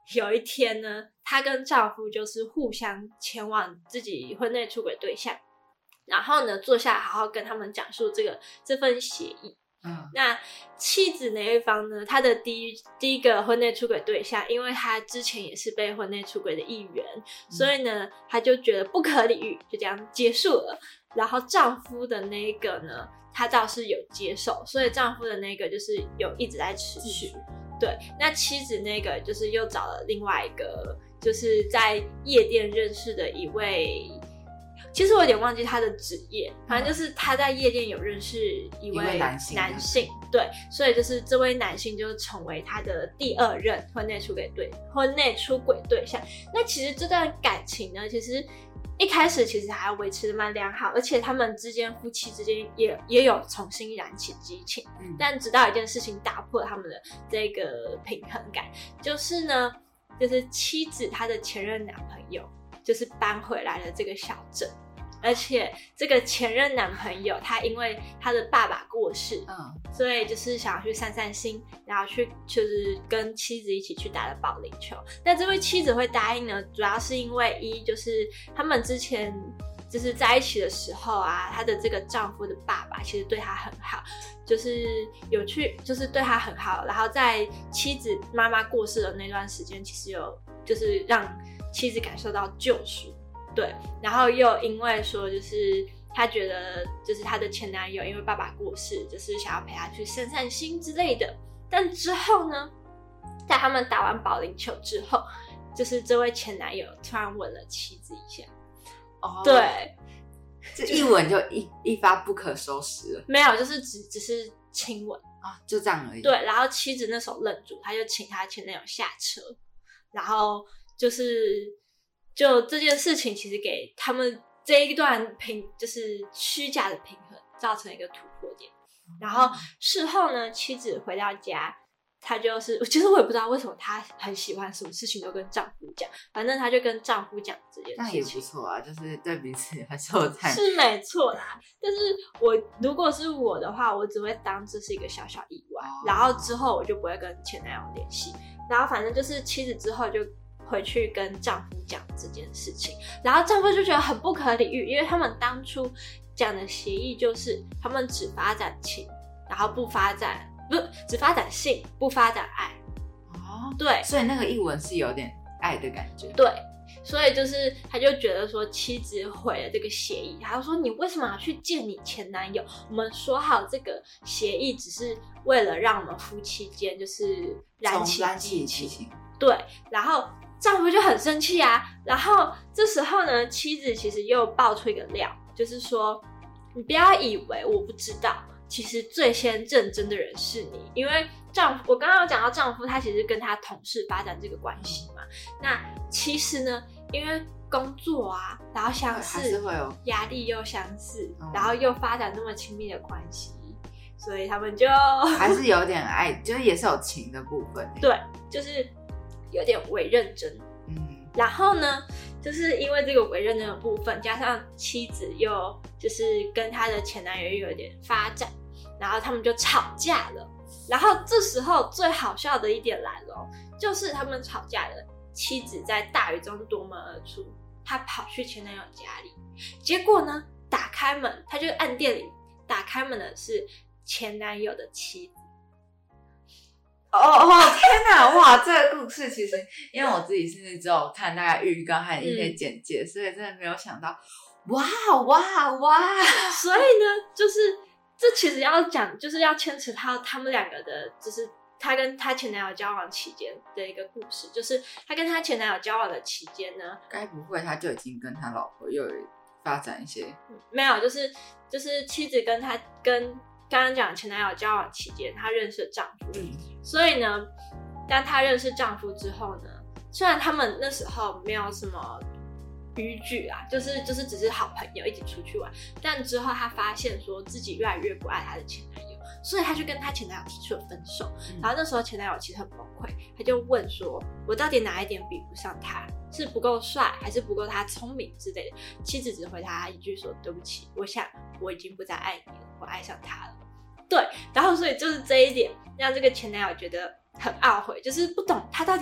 有一天呢，她跟丈夫就是互相前往自己婚内出轨对象，然后呢坐下来好好跟他们讲述这份协议。那妻子那一方呢，她的第一个婚内出轨对象，因为她之前也是被婚内出轨的一员，所以呢她就觉得不可理喻，就这样结束了。然后丈夫的那个呢，他倒是有接受，所以丈夫的那个就是有一直在持续。对，那妻子那个就是又找了另外一个，就是在夜店认识的一位，其实我有点忘记他的职业，反正就是他在夜店有认识一位男性，对，所以就是这位男性就成为他的第2任婚内出轨对象。那其实这段感情呢，其实一开始其实还维持的蛮良好，而且他们夫妻之间也有重新燃起激情，但直到一件事情打破了他们的这个平衡感，就是呢，就是妻子她的前任男朋友就是搬回来了这个小镇，而且这个前任男朋友他因为他的爸爸过世，所以就是想要去散散心，然后就是跟妻子一起去打了保龄球。那这位妻子会答应呢，主要是因为就是他们之前就是在一起的时候啊，她的这个丈夫的爸爸其实对她很好，就是就是对她很好，然后在妻子妈妈过世的那段时间，其实有就是让妻子感受到救赎。对，然后又因为说就是她觉得就是她的前男友因为爸爸过世，就是想要陪她去散散心之类的。但之后呢，在他们打完保龄球之后，就是这位前男友突然吻了妻子一下。对， 这一吻就一发不可收拾了。 没有，就是只是亲吻啊，就这样而已。 对，然后妻子那时候愣住，他就请他前男友下车，然后就这件事情其实给他们这一段就是虚假的平衡造成一个突破点。然后事后呢，妻子回到家，她其实我也不知道为什么她很喜欢什么事情都跟丈夫讲，反正她就跟丈夫讲这件事情。 那也不错啊，就是对彼此很受赞。 是没错啦，但是如果是我的话，我只会当这是一个小小意外，然后之后我就不会跟前男友联系。然后反正就是妻子之后就回去跟丈夫讲这件事情，然后丈夫就觉得很不可理喻，因为他们当初讲的协议就是他们只发展情，然后只发展性，不发展爱。对， 所以那个一吻是有点爱的感觉。 对，所以就是他就觉得说妻子毁了这个协议，他就说你为什么要去见你前男友？我们说好这个协议只是为了让我们夫妻间就是燃起激情。对，然后丈夫就很生气啊，然后这时候呢，妻子其实又爆出一个料，就是说你不要以为我不知道，其实最先认真的人是你，因为我刚刚有讲到丈夫他其实跟他同事发展这个关系嘛，那其实呢，因为工作啊，然后相似， 还是会有压力又相似，然后又发展那么亲密的关系，所以他们就还是有点爱，就是也是有情的部分。 对，就是有点伪认真。然后呢，就是因为这个伪认真的部分，加上妻子又就是跟他的前男友又有点发展，然后他们就吵架了。然后这时候最好笑的一点来了，就是他们吵架的妻子在大雨中夺门而出，她跑去前男友家里，结果呢，打开门，她就按电铃，打开门的是前男友的妻子。 天哪！哇，这个故事其实因为我自己是只有看大概预告和一些简介，所以真的没有想到，哇！ 所以呢，就是这其实要讲，就是要牵扯到他们两个的，就是他跟他前男友交往期间的一个故事。就是他跟他前男友交往的期间呢， 该不会他就已经跟他老婆又有发展一些？ 没有，就是妻子跟刚刚讲前男友交往期间，她认识了丈夫，所以呢，当她认识丈夫之后呢，虽然他们那时候没有什么逾矩啊，就是只是好朋友一起出去玩，但之后她发现说自己越来越不爱她的前男友，所以她就跟她前男友提出了分手。然后那时候前男友其实很崩溃，他就问说：“我到底哪一点比不上他？是不够帅，还是不够他聪明之类的？”妻子只回他一句说：“对不起，我想我已经不再爱你了，我爱上他了。”对，然后所以就是这一点让这个前男友觉得很懊悔，就是不懂他到底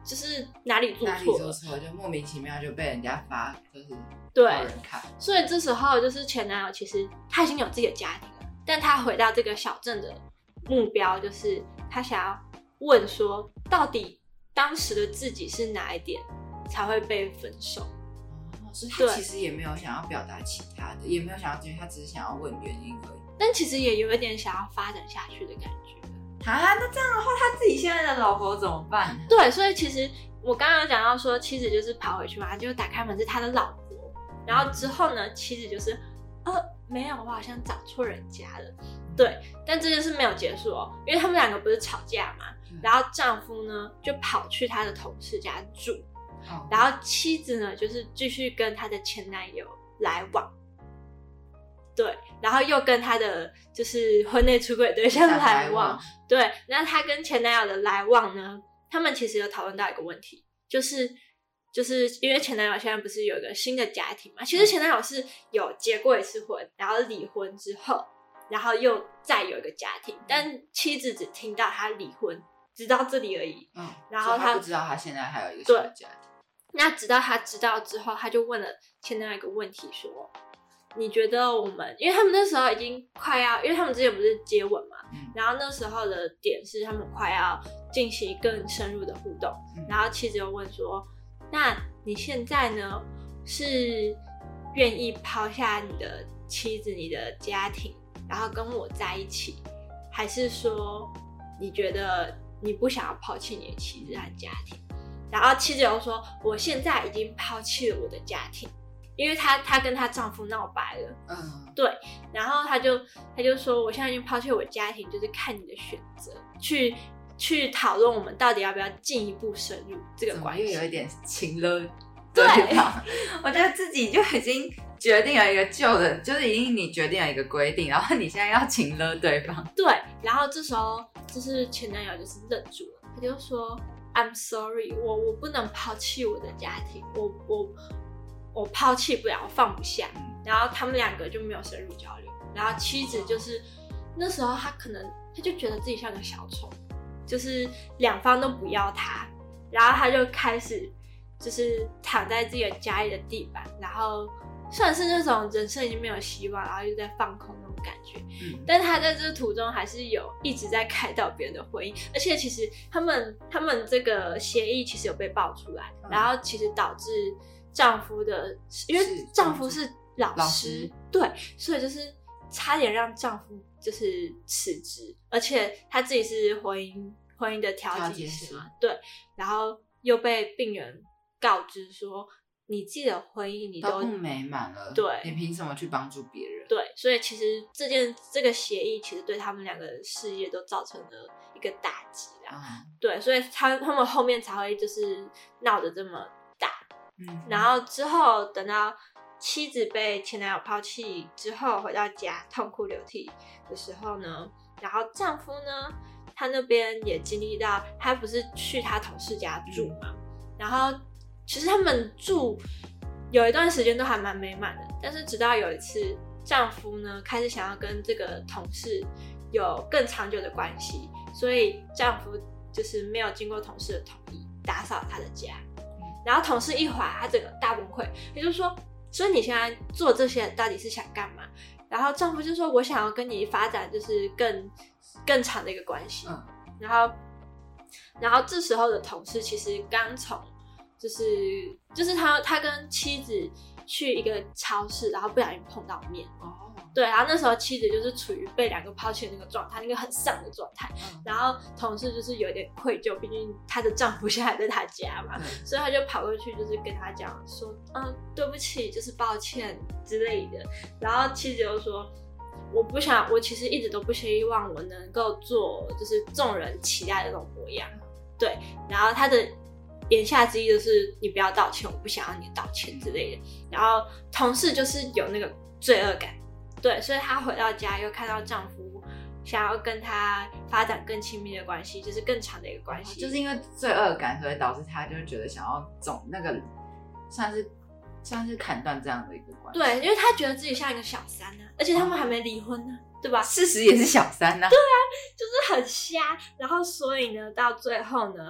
就是哪里做错了， 就莫名其妙就被人家发，就是对人看。 所以这时候就是前男友其实他已经有自己的家庭了，但他回到这个小镇的目标就是他想要问说，到底当时的自己是哪一点才会被分手？ 所以他其实也没有想要表达其他的，也没有想要解决，他只是想要问原因而已。 但其实也有一点想要发展下去的感觉。 啊，那这样的话，他自己现在的老婆怎么办呢？ 对，所以其实我刚刚有讲到说，妻子就是跑回去嘛，就打开门是他的老婆，然后之后呢，妻子就是没有，我好像找错人家了。对，但这件事没有结束哦，因为他们两个不是吵架嘛，然后丈夫呢就跑去他的同事家住，然后妻子呢就是继续跟她的前男友来往。对，然后又跟他的就是婚内出轨对象来往。对，那他跟前男友的来往呢，他们其实有讨论到一个问题，就是因为前男友现在不是有一个新的家庭嘛？其实前男友是有结过一次婚，然后离婚之后，然后又再有一个家庭，但妻子只听到他离婚，直到这里而已。然后他不知道他现在还有一个新的家庭。 那直到他知道之后，他就问了前男友一个问题说，你觉得我们，因为他们那时候已经快要，因为他们之前不是接吻嘛，然后那时候的点是他们快要进行更深入的互动，然后妻子又问说，那你现在呢是愿意抛下你的妻子、你的家庭，然后跟我在一起，还是说你觉得你不想要抛弃你的妻子和家庭？然后妻子又说，我现在已经抛弃了我的家庭，因为她跟她丈夫闹掰了，对，然后她就说，我现在已经抛弃我的家庭，就是看你的选择，去讨论我们到底要不要进一步深入这个关系。 又有一点情勒，对吧？我觉得自己就已经决定了一个旧的，就是已经你决定了一个规定，然后你现在要情勒对方。 对，然后这时候就是前男友就是愣住了，他就说 I'm sorry， 我不能抛弃我的家庭，我抛弃不了，我放不下。然后他们两个就没有深入交流。然后妻子就是那时候他就觉得自己像个小丑，就是两方都不要他，然后他就开始就是躺在自己的家里的地板，然后算是那种人生已经没有希望，然后又在放空那种感觉。但是他在这个途中还是有一直在开导别人的婚姻，而且其实他们这个协议其实有被爆出来，然后其实导致丈夫的，因为丈夫是老师，对，所以就是差点让丈夫就是辞职，而且他自己是婚姻的调解师嘛，对，然后又被病人告知说，你自己的婚姻你都不美满了， 对， 你凭什么去帮助别人？ 对，所以其实这个协议其实对他们两个的事业都造成了一个打击啦，对，所以他们后面才会就是闹得这么大。然后之后等到妻子被前男友抛弃之后，回到家痛哭流涕的时候呢，然后丈夫呢，他那边也经历到，他不是去他同事家住嘛，然后其实他们住有一段时间都还蛮美满的，但是直到有一次，丈夫呢开始想要跟这个同事有更长久的关系，所以丈夫就是没有经过同事的同意打扫他的家。然后同事一回来，他整个大崩溃，也就是说，所以你现在做这些到底是想干嘛？然后丈夫就说，我想要跟你发展就是更长的一个关系。然后这时候的同事其实刚从就是他跟妻子去一个超市，然后不小心碰到面。对，然后那时候妻子就是处于被两个抛弃的那个状态，那个很丧的状态。然后同事就是有点愧疚，毕竟她的丈夫现在还在她家嘛，所以她就跑过去就是跟他讲说，对不起，就是抱歉之类的。然后妻子就说，我其实一直都不希望我能够做就是众人期待的那种模样。对，然后他的言下之意就是你不要道歉，我不想要你道歉之类的。然后同事就是有那个罪恶感。对，所以她回到家又看到丈夫想要跟她发展更亲密的关系，就是更长的一个关系， 就是因为罪恶感，所以导致她就觉得想要总那个算是砍断这样的一个关系。 对，因为她觉得自己像一个小三啊，而且他们还没离婚呢，对吧？ 事实也是小三啊。 对啊，就是很瞎。然后所以呢，到最后呢，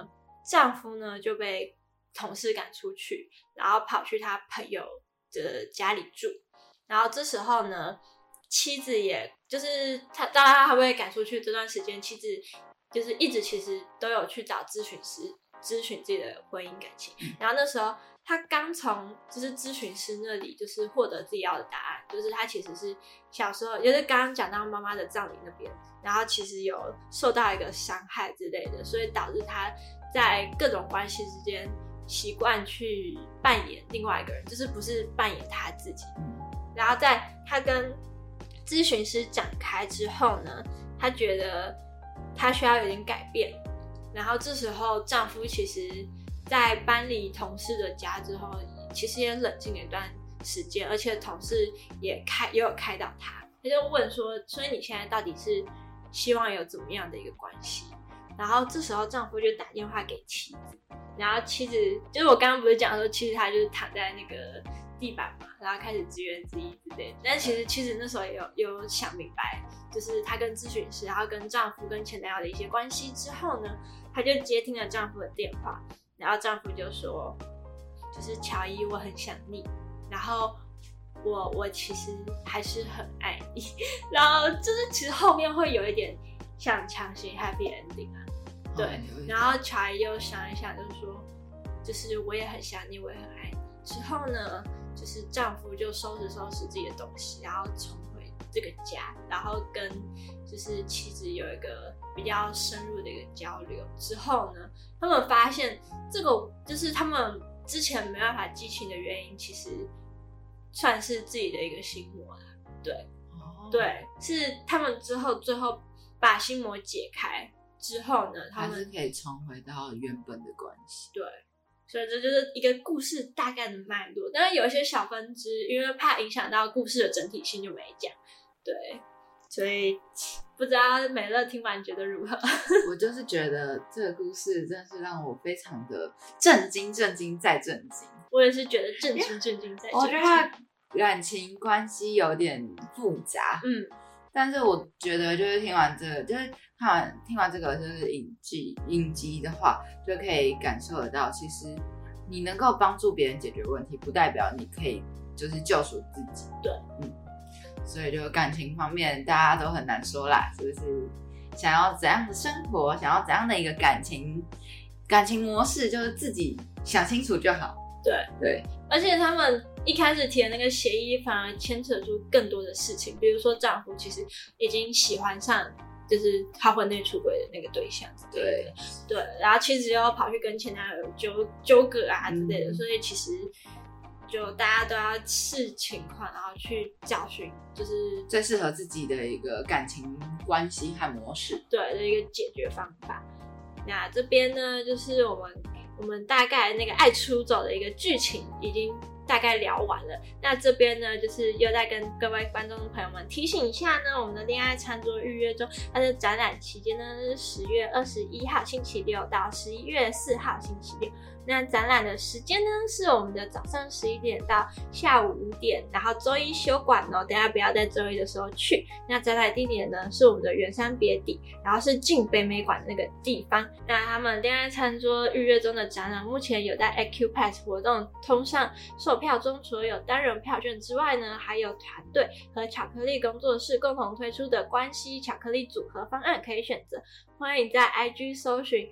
丈夫呢就被同事赶出去，然后跑去他朋友的家里住。然后这时候呢，妻子也就是当然他被赶出去这段时间，妻子就是一直其实都有去找咨询师咨询自己的婚姻感情。然后那时候他刚从就是咨询师那里就是获得自己要的答案，就是他其实是小时候就是刚刚讲到妈妈的葬礼那边，然后其实有受到一个伤害之类的，所以导致他在各种关系之间习惯去扮演另外一个人，就是不是扮演他自己。然后在他跟咨询师讲开之后呢，他觉得他需要有点改变。然后这时候丈夫其实在搬离同事的家之后，其实也冷静了一段时间，而且同事也有开导他，他就问说，所以你现在到底是希望有怎么样的一个关系？然后这时候丈夫就打电话给妻子，然后妻子就是我刚刚不是讲说，其实他就是躺在那个地板嘛，然后开始自怨自艾之类的。但其实妻子那时候也有想明白，就是她跟咨询师，然后跟丈夫跟前男友的一些关系之后呢，她就接听了丈夫的电话，然后丈夫就说，就是乔伊，我很想你，然后我其实还是很爱你，然后就是其实后面会有一点像强行 happy ending 啊，对，然后乔伊又想一想，就是说，就是我也很想你，我也很爱你。之后呢，就是丈夫就收拾自己的东西，然后重回这个家，然后跟就是妻子有一个比较深入的一个交流。之后呢，他们发现这个就是他们之前没办法激情的原因，其实算是自己的一个心魔啦。对，对，是他们最后把心魔解开之后呢，他们还是可以重回到原本的关系。 对。所以这就是一个故事大概的脉络，但是有一些小分支，因为怕影响到故事的整体性就没讲。对，所以不知道美乐听完觉得如何？ 我就是觉得这个故事真的是让我非常的震惊再震惊。 我也是觉得震惊再震惊。 我觉得他感情关系有点复杂，但是我觉得就是听完这个，就是听完这个就是影集的话，就可以感受得到，其实你能够帮助别人解决问题，不代表你可以就是救赎自己。 对， 所以就感情方面大家都很难说啦，是不是？想要怎样的生活，想要怎样的一个感情模式，就是自己想清楚就好。对， 而且他们一开始提的那个协议反而牵扯出更多的事情，比如说丈夫其实已经喜欢上就是他婚内出轨的那个对象之类的，对，然后妻子又跑去跟前男友纠葛啊之类的，所以其实就大家都要视情况，然后去找寻就是最适合自己的一个感情关系和模式， 对的一个解决方法。那这边呢，就是我们大概那个爱出走的一个剧情已经大概聊完了。那这边呢，就是又在跟各位观众朋友们提醒一下呢，我们的恋爱餐桌预约中，它的展览期间呢是10月21号星期六到11月4号星期六。那展览的时间呢是我们的早上11点到下午5点，然后周一休馆哦，大家不要在周一的时候去。那展览地点呢是我们的圆山别邸，然后是进北美馆那个地方。那他们恋爱餐桌预约中的展览目前有在 Acupass 活动通上售票中，除了有单人票券之外呢，还有团队和巧克力工作室共同推出的关系巧克力组合方案可以选择。欢迎在 IG 搜寻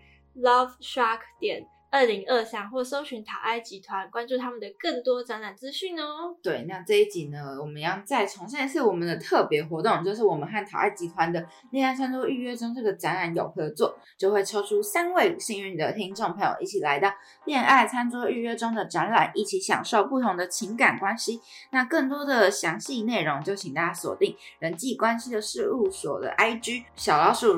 loveshark.2023 或搜寻讨爱集团，关注他们的更多展览资讯哦。 对，那这一集呢，我们要再重申一次我们的特别活动，就是我们和讨爱集团的恋爱餐桌预约中这个展览有合作，就会抽出3位幸运的听众朋友一起来到恋爱餐桌预约中的展览，一起享受不同的情感关系。那更多的详细内容就请大家锁定人际关系的事务所的 IG 小老鼠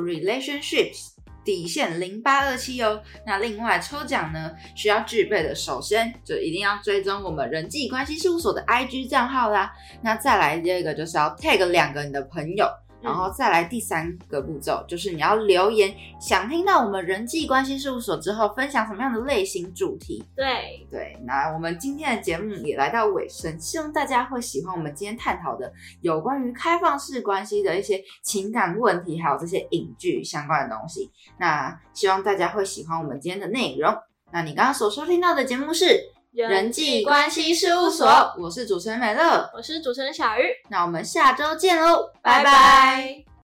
relationships_0827哦。那另外抽奖呢，需要具备的首先就一定要追踪我们人际关系事务所的 IG 账号啦。那再来第二个就是要 tag 2个你的朋友， 然后再来第3个步骤，就是你要留言想听到我们人际关系事务所之后分享什么样的类型主题。对，那我们今天的节目也来到尾声，希望大家会喜欢我们今天探讨的有关于开放式关系的一些情感问题，还有这些影剧相关的东西。那希望大家会喜欢我们今天的内容。那你刚刚所收听到的节目是人际关系事务所，我是主持人美乐， 我是主持人小鱼， 那我们下周见喽，拜拜。